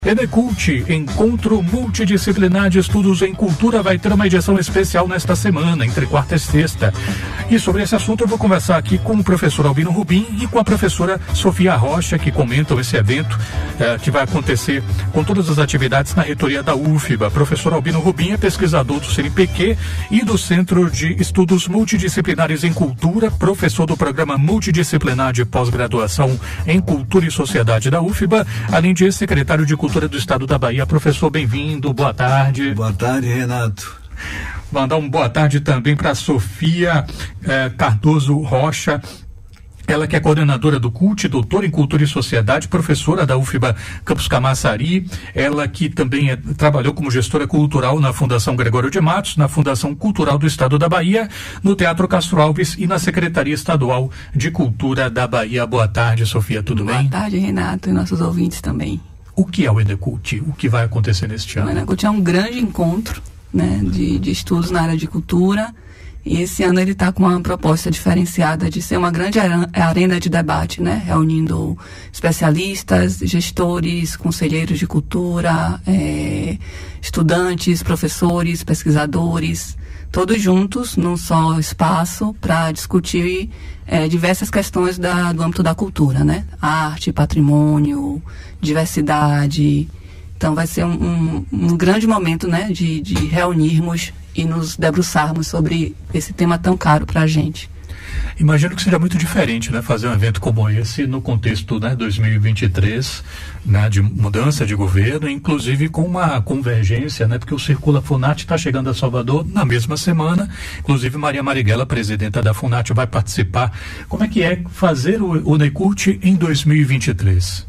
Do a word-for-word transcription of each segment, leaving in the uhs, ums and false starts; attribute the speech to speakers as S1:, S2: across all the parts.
S1: Enecult, Encontro Multidisciplinar de Estudos em Cultura, vai ter uma edição especial nesta semana, entre quarta e sexta. E sobre esse assunto eu vou conversar aqui com o professor Albino Rubim e com a professora Sofia Rocha, que comentam esse evento eh, que vai acontecer com todas as atividades na reitoria da U F B A. Professor Albino Rubim é pesquisador do C N P Q e do Centro de Estudos Multidisciplinares em Cultura, professor do Programa Multidisciplinar de Pós-Graduação em Cultura e Sociedade da U F B A, além de secretário de Cultura do Estado da Bahia. Professor, bem-vindo, boa tarde.
S2: Boa tarde, Renato.
S1: Mandar uma boa tarde também para Sofia eh, Cardoso Rocha, ela que é coordenadora do C U T, doutora em Cultura e Sociedade, professora da U F B A Campus Camaçari, ela que também é, trabalhou como gestora cultural na Fundação Gregório de Matos, na Fundação Cultural do Estado da Bahia, no Teatro Castro Alves e na Secretaria Estadual de Cultura da Bahia. Boa tarde, Sofia, tudo
S3: boa
S1: bem?
S3: Boa tarde, Renato, e nossos ouvintes também.
S1: O que é o Enecult? O que vai acontecer neste ano?
S3: O Enecult é um grande encontro, né, de, de estudos na área de cultura, e esse ano ele está com uma proposta diferenciada de ser uma grande arena de debate, né, reunindo especialistas, gestores, conselheiros de cultura, é, estudantes, professores, pesquisadores, todos juntos num só espaço para discutir é, diversas questões da, do âmbito da cultura, né? Arte, patrimônio, diversidade. Então vai ser um, um, um grande momento, né, de, de reunirmos e nos debruçarmos sobre esse tema tão caro para a gente.
S1: Imagino que seja muito diferente, né, fazer um evento como esse no contexto, né, dois mil e vinte e três, né, de mudança de governo, inclusive com uma convergência, né, porque o Circula Funat está chegando a Salvador na mesma semana, inclusive Maria Marighella, presidenta da Funat, vai participar. Como é que é fazer o, o Enecult em dois mil e vinte e três?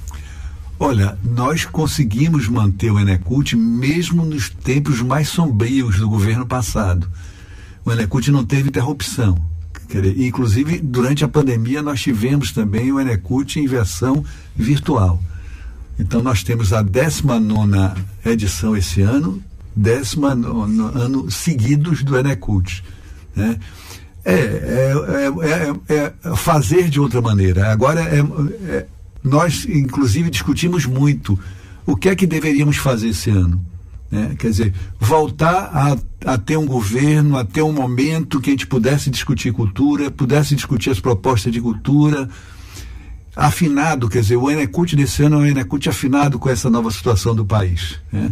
S2: Olha, nós conseguimos manter o Enecult mesmo nos tempos mais sombrios do governo passado. O Enecult não teve interrupção. Inclusive, durante a pandemia, nós tivemos também o Enecult em versão virtual. Então, nós temos a décima nona edição esse ano, décima nona ano seguidos do Enecult, né? É, é, é, é, é fazer de outra maneira. Agora, é, é, nós, inclusive, discutimos muito o que é que deveríamos fazer esse ano. Né? Quer dizer, voltar a, a ter um governo, a ter um momento que a gente pudesse discutir cultura, pudesse discutir as propostas de cultura, afinado, quer dizer, o Enecult desse ano é um Enecult afinado com essa nova situação do país. Né?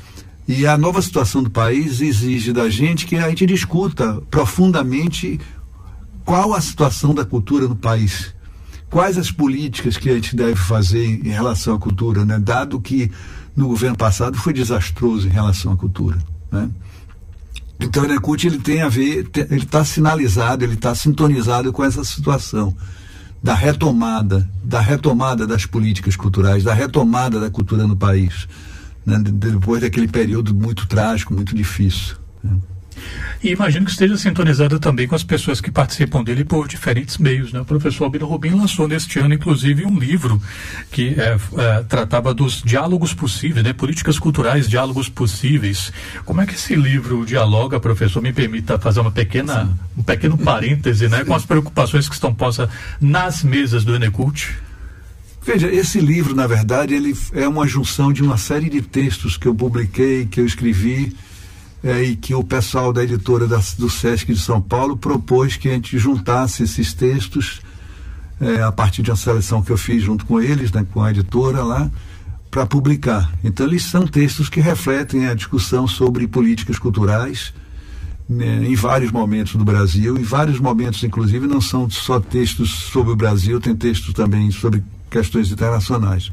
S2: E a nova situação do país exige da gente que a gente discuta profundamente qual a situação da cultura no país, quais as políticas que a gente deve fazer em relação à cultura, né? Dado que no governo passado foi desastroso em relação à cultura, né? Então o Enecult ele tem a ver, ele está sinalizado, ele está sintonizado com essa situação da retomada, da retomada das políticas culturais, da retomada da cultura no país, né? Depois daquele período muito trágico, muito difícil, né?
S1: E imagino que esteja sintonizado também com as pessoas que participam dele por diferentes meios, né? O professor Albino Rubim lançou neste ano, inclusive, um livro que é, é, tratava dos diálogos possíveis, né? Políticas culturais, diálogos possíveis. Como é que esse livro dialoga, professor? Me permita fazer uma pequena, um pequeno parêntese, né? Com as preocupações que estão postas nas mesas do Enecult.
S2: Veja, esse livro, na verdade, ele é uma junção de uma série de textos que eu publiquei, que eu escrevi, É, e que o pessoal da editora da, do Sesc de São Paulo propôs que a gente juntasse esses textos é, a partir de uma seleção que eu fiz junto com eles, né, com a editora lá, para publicar. Então eles são textos que refletem a discussão sobre políticas culturais, né, em vários momentos do Brasil, em vários momentos inclusive não são só textos sobre o Brasil, tem textos também sobre questões internacionais.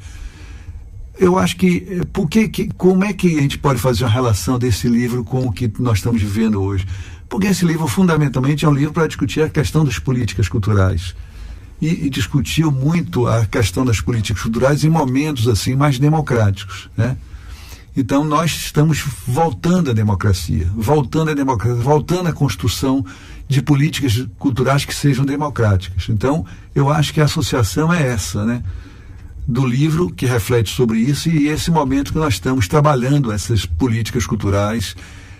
S2: Eu acho que, por que, que, como é que a gente pode fazer uma relação desse livro com o que nós estamos vivendo hoje? Porque esse livro, fundamentalmente, é um livro para discutir a questão das políticas culturais. E, e discutiu muito a questão das políticas culturais em momentos, assim, mais democráticos, né? Então, nós estamos voltando à democracia, voltando à democracia, voltando à construção de políticas culturais que sejam democráticas. Então, eu acho que a associação é essa, né? Do livro que reflete sobre isso e esse momento que nós estamos trabalhando essas políticas culturais,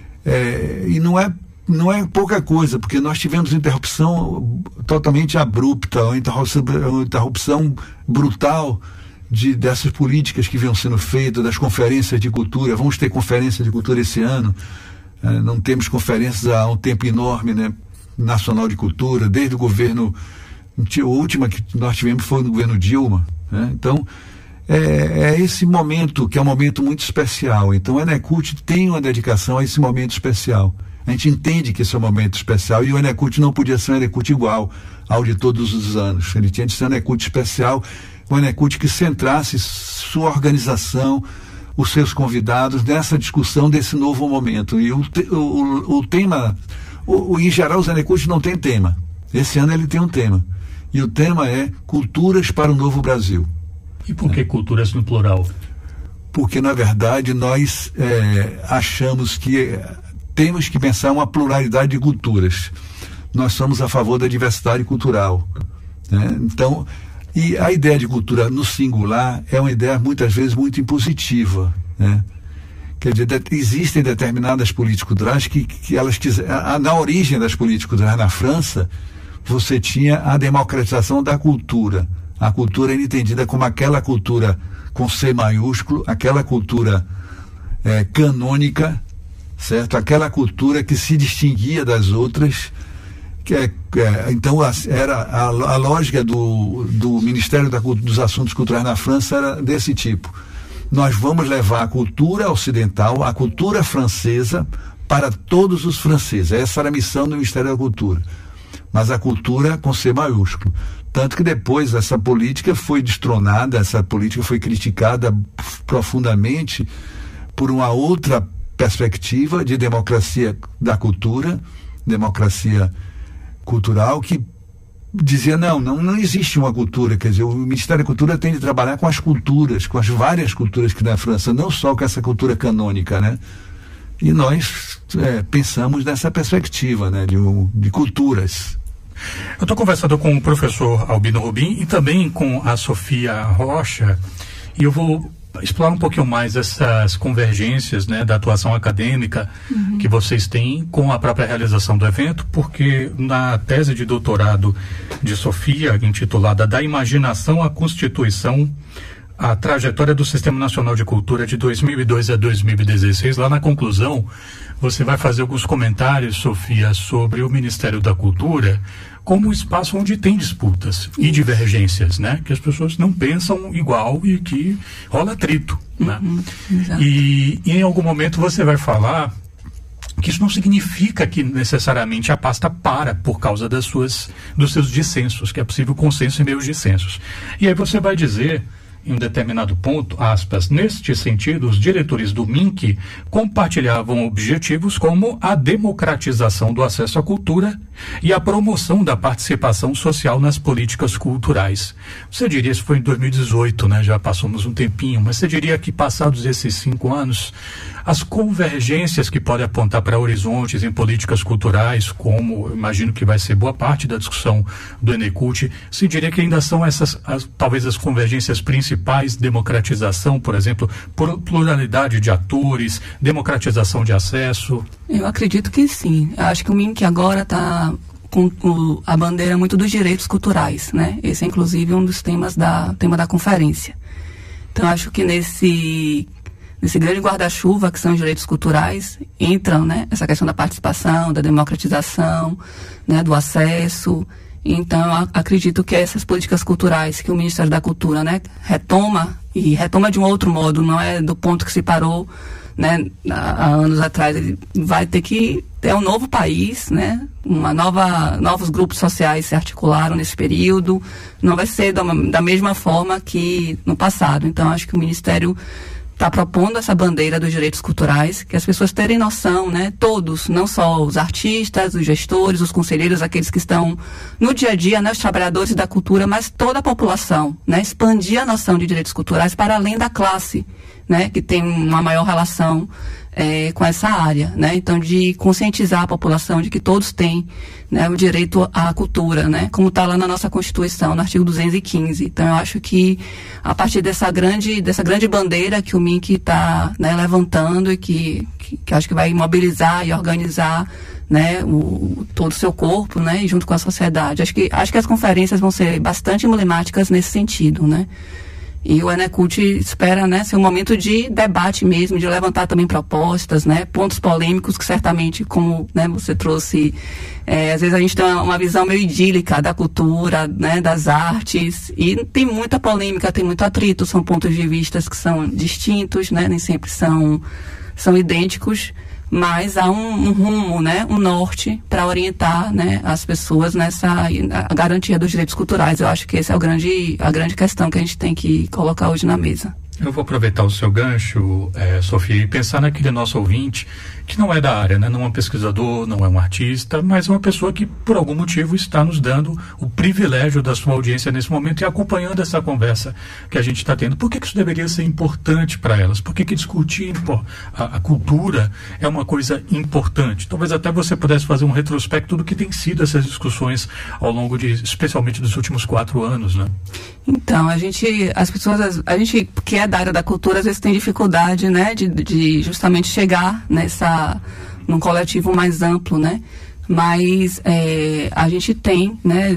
S2: é, e não é, não é pouca coisa, porque nós tivemos interrupção totalmente abrupta, uma interrupção, uma interrupção brutal de, dessas políticas que vinham sendo feitas, das conferências de cultura. Vamos ter conferência de cultura esse ano. Uh, não temos conferências há um tempo enorme, né? Nacional de cultura, desde o governo, a última que nós tivemos foi no governo Dilma, né? Então, é, é esse momento que é um momento muito especial. Então, o Enecult tem uma dedicação a esse momento especial. A gente entende que esse é um momento especial e o Enecult não podia ser um Enecult igual ao de todos os anos. Ele tinha de ser um Enecult especial, um Enecult que centrasse sua organização, os seus convidados nessa discussão desse novo momento. E o, o, o tema, o, o, em geral, os Enecult não tem tema. Esse ano ele tem um tema. E o tema é Culturas para o Novo Brasil.
S1: E por que é. culturas no plural?
S2: Porque, na verdade, nós é, achamos que temos que pensar uma pluralidade de culturas. Nós somos a favor da diversidade cultural, né? Então, e a ideia de cultura no singular é uma ideia muitas vezes muito impositiva, né? Quer dizer, de, existem determinadas políticas culturais que, que elas quiseram, na origem das políticas culturais na França, você tinha a democratização da cultura. A cultura era entendida como aquela cultura com C maiúsculo, aquela cultura é, canônica, certo? Aquela cultura que se distinguia das outras, que é, é, então a, era a, a lógica do, do Ministério da, dos Assuntos Culturais na França era desse tipo. Nós vamos levar a cultura ocidental, a cultura francesa, para todos os franceses. Essa era a missão do Ministério da Cultura. Mas a cultura com C maiúsculo. Tanto que depois essa política foi destronada, essa política foi criticada profundamente por uma outra perspectiva de democracia da cultura, democracia cultural, que dizia, não, não, não existe uma cultura, quer dizer, o Ministério da Cultura tem de trabalhar com as culturas, com as várias culturas que na França, não só com essa cultura canônica, né? E nós é, pensamos nessa perspectiva, né, de, de culturas.
S1: Eu estou conversando com o professor Albino Rubim e também com a Sofia Rocha, e eu vou explorar um pouquinho mais essas convergências, né, da atuação acadêmica uhum. que vocês têm com a própria realização do evento, porque na tese de doutorado de Sofia, intitulada Da Imaginação à Constituição, a trajetória do Sistema Nacional de Cultura de dois mil e dois a dois mil e dezesseis, lá na conclusão, você vai fazer alguns comentários, Sofia, sobre o Ministério da Cultura como um espaço onde tem disputas e divergências, né? Que as pessoas não pensam igual e que rola atrito, né?
S3: Uhum,
S1: e, e em algum momento você vai falar que isso não significa que necessariamente a pasta para por causa das suas, dos seus dissensos, que é possível consenso em meio aos dissensos. E aí você vai dizer, em um determinado ponto, aspas, neste sentido, os diretores do M I N C compartilhavam objetivos como a democratização do acesso à cultura e a promoção da participação social nas políticas culturais. Você diria, isso foi em dois mil e dezoito, né? Já passamos um tempinho, mas você diria que passados esses cinco anos, as convergências que podem apontar para horizontes em políticas culturais, como eu imagino que vai ser boa parte da discussão do Enecult, se diria que ainda são essas, as, talvez as convergências principais, democratização, por exemplo, pluralidade de atores, democratização de acesso?
S3: Eu acredito que sim. Eu acho que o M I N C agora está com o, a bandeira muito dos direitos culturais, né? Esse é inclusive um dos temas da, tema da conferência. Então acho que nesse, nesse grande guarda-chuva que são os direitos culturais, entram, né, essa questão da participação, da democratização, né, do acesso. Então acredito que essas políticas culturais que o Ministério da Cultura, né, retoma, e retoma de um outro modo, não é do ponto que se parou, né, há anos atrás. Ele vai ter que ter um novo país, né, uma nova, novos grupos sociais se articularam nesse período, não vai ser da, da mesma forma que no passado. Então acho que o Ministério está propondo essa bandeira dos direitos culturais, que as pessoas terem noção, né, todos, não só os artistas, os gestores, os conselheiros, aqueles que estão no dia a dia, né, os trabalhadores da cultura, mas toda a população, né, expandir a noção de direitos culturais para além da classe, né, que tem uma maior relação é, com essa área, né, então de conscientizar a população de que todos têm, né, o direito à cultura, né, como está lá na nossa Constituição, no artigo duzentos e quinze. Então eu acho que a partir dessa grande, dessa grande bandeira que o M I N C está, né, levantando e que, que, que acho que vai mobilizar e organizar, né, o, todo o seu corpo, né, e junto com a sociedade. Acho que, acho que as conferências vão ser bastante emblemáticas nesse sentido, né. E o Enecult espera, né, ser um momento de debate mesmo, de levantar também propostas, né, pontos polêmicos que certamente, como, né, você trouxe, é, às vezes a gente tem uma, uma visão meio idílica da cultura, né, das artes, e tem muita polêmica, tem muito atrito, são pontos de vista que são distintos, né, nem sempre são, são idênticos, mas há um, um rumo, né, um norte para orientar, né, as pessoas nessa a garantia dos direitos culturais. Eu acho que essa é o grande, a grande questão que a gente tem que colocar hoje na mesa.
S1: Eu vou aproveitar o seu gancho, é, Sofia, e pensar naquele nosso ouvinte que não é da área, né? Não é um pesquisador, não é um artista, mas é uma pessoa que, por algum motivo, está nos dando o privilégio da sua audiência nesse momento e acompanhando essa conversa que a gente está tendo. Por que, que isso deveria ser importante para elas? Por que, que discutir pô, a, a cultura é uma coisa importante? Talvez até você pudesse fazer um retrospecto do que tem sido essas discussões ao longo de, especialmente dos últimos quatro anos, né?
S3: Então, a gente, as pessoas, a gente que é da área da cultura, às vezes tem dificuldade, né, de, de justamente chegar nessa, num coletivo mais amplo, né, mas é, a gente tem, né,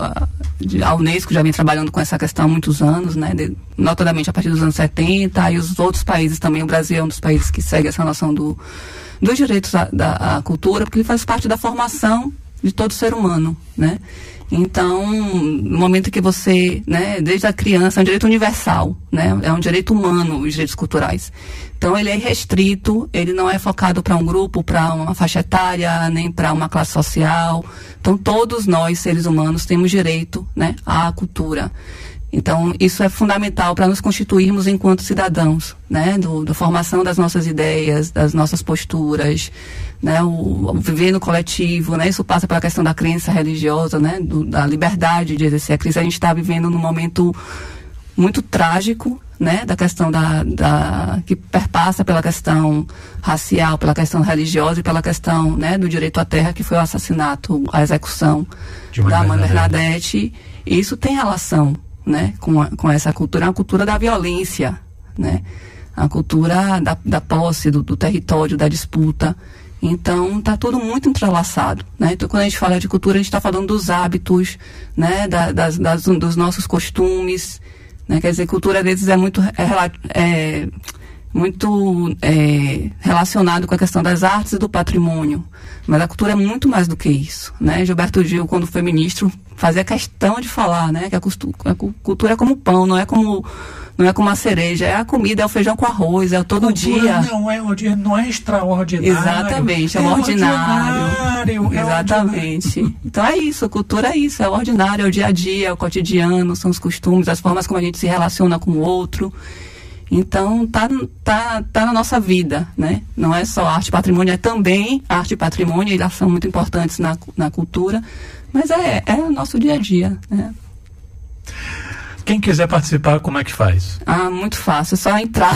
S3: a Unesco já vem trabalhando com essa questão há muitos anos, né, de, notadamente a partir dos anos setenta, e os outros países também, o Brasil é um dos países que segue essa noção do, dos direitos à, da à cultura, porque ele faz parte da formação de todo ser humano, né. Então, no momento que você, né, desde a criança, é um direito universal, né, é um direito humano, os direitos culturais. Então, ele é restrito, ele não é focado para um grupo, para uma faixa etária, nem para uma classe social. Então, todos nós, seres humanos, temos direito, né, à cultura. Então, isso é fundamental para nos constituirmos enquanto cidadãos, né, do, da formação das nossas ideias, das nossas posturas, né, o, o viver no coletivo, né, isso passa pela questão da crença religiosa, né, do, da liberdade de exercer a crença. A gente está vivendo num momento muito trágico, né, da questão da, da que perpassa pela questão racial, pela questão religiosa e pela questão, né, do direito à terra, que foi o assassinato, a execução da mãe Bernadette. E isso tem relação, né, com, a, com essa cultura, a cultura da violência, né, a cultura da, da posse, do, do território, da disputa. Então, está tudo muito entrelaçado, né? Então, quando a gente fala de cultura, a gente está falando dos hábitos, né, da, das, das, dos nossos costumes, né? Quer dizer, cultura, às vezes, é muito, é, é, muito é, relacionado com a questão das artes e do patrimônio, mas a cultura é muito mais do que isso, né? Gilberto Gil, quando foi ministro, fazia questão de falar, né, que a, costu, a cultura é como pão, não é como não é como a cereja, é a comida, é o feijão com arroz, é o todo dia.
S1: Não é, não é extraordinário.
S3: Exatamente, é, é o ordinário. ordinário. Exatamente. É então é isso, a cultura é isso, é o ordinário, é o dia a dia, é o cotidiano, são os costumes, as formas como a gente se relaciona com o outro. Então, tá, tá, tá na nossa vida, né? Não é só arte e patrimônio, é também arte e patrimônio, elas são muito importantes na, na cultura, mas é, é o nosso dia a dia, né?
S1: Quem quiser participar, como é que faz?
S3: Ah, muito fácil, é só entrar.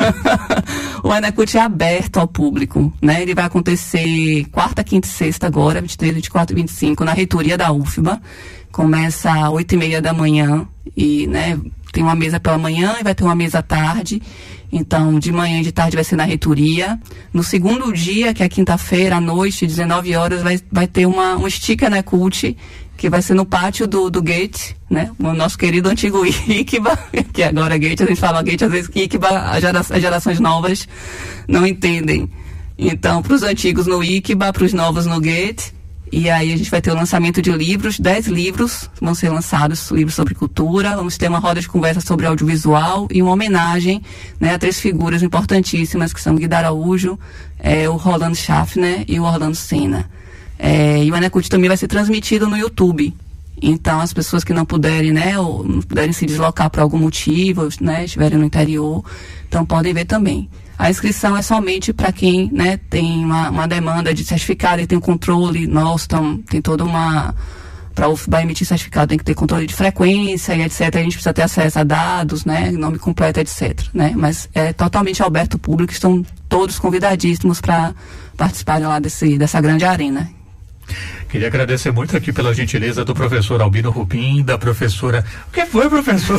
S3: O Enecult é aberto ao público, né? Ele vai acontecer quarta, quinta e sexta agora, vinte e três, vinte e quatro e vinte e cinco, na reitoria da U F B A. Começa às oito e meia da manhã e, né, tem uma mesa pela manhã e vai ter uma mesa à tarde. Então, de manhã e de tarde vai ser na reitoria. No segundo dia, que é quinta-feira, à noite, dezenove horas, vai, vai ter uma, um Estica Enecult, que vai ser no pátio do, do Gate, né? O nosso querido antigo I C B A, que agora é Gate, a gente fala Gate, às vezes I C B A, as, gera, as gerações novas não entendem. Então, para os antigos no I C B A, para os novos no Gate. E aí a gente vai ter o lançamento de livros, dez livros vão ser lançados, livros sobre cultura, vamos ter uma roda de conversa sobre audiovisual e uma homenagem, né, a três figuras importantíssimas, que são Guido Araújo, é, o Roland Schaffner e o Orlando Senna. É, e o Enecult também vai ser transmitido no YouTube. Então, as pessoas que não puderem, né, ou não puderem se deslocar por algum motivo, né, estiverem no interior, então podem ver também. A inscrição é somente para quem, né, tem uma, uma demanda de certificado e tem um controle nosso, então tem toda uma... Para a U F B A emitir certificado tem que ter controle de frequência e etcétera. A gente precisa ter acesso a dados, né, nome completo, etcétera. Né? Mas é totalmente aberto ao público, estão todos convidadíssimos para participarem lá desse, dessa grande arena.
S1: Queria agradecer muito aqui pela gentileza do professor Albino Rubim, da professora... O que foi, professor?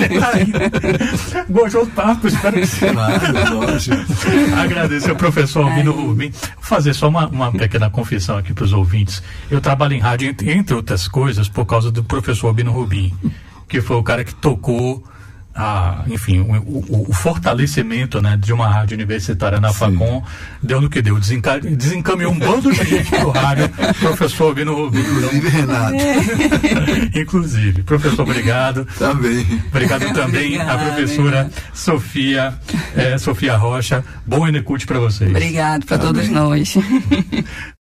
S1: Gostou do papo, espero que sim. Agradecer ao professor Albino Rubim. Vou fazer só uma, uma pequena confissão aqui para os ouvintes. Eu trabalho em rádio, entre outras coisas, por causa do professor Albino Rubim, que foi o cara que tocou a, enfim, o, o, o fortalecimento, né, de uma rádio universitária na Facom deu no que deu, Desenca, desencaminhou um bando de gente pro rádio, professor Albino Rubim.
S2: Inclusive Renato.
S1: Inclusive, professor, obrigado.
S2: Também.
S1: Obrigado também a professora Sofia, é, Sofia Rocha. Bom Enecult para vocês.
S3: Obrigado para todos nós.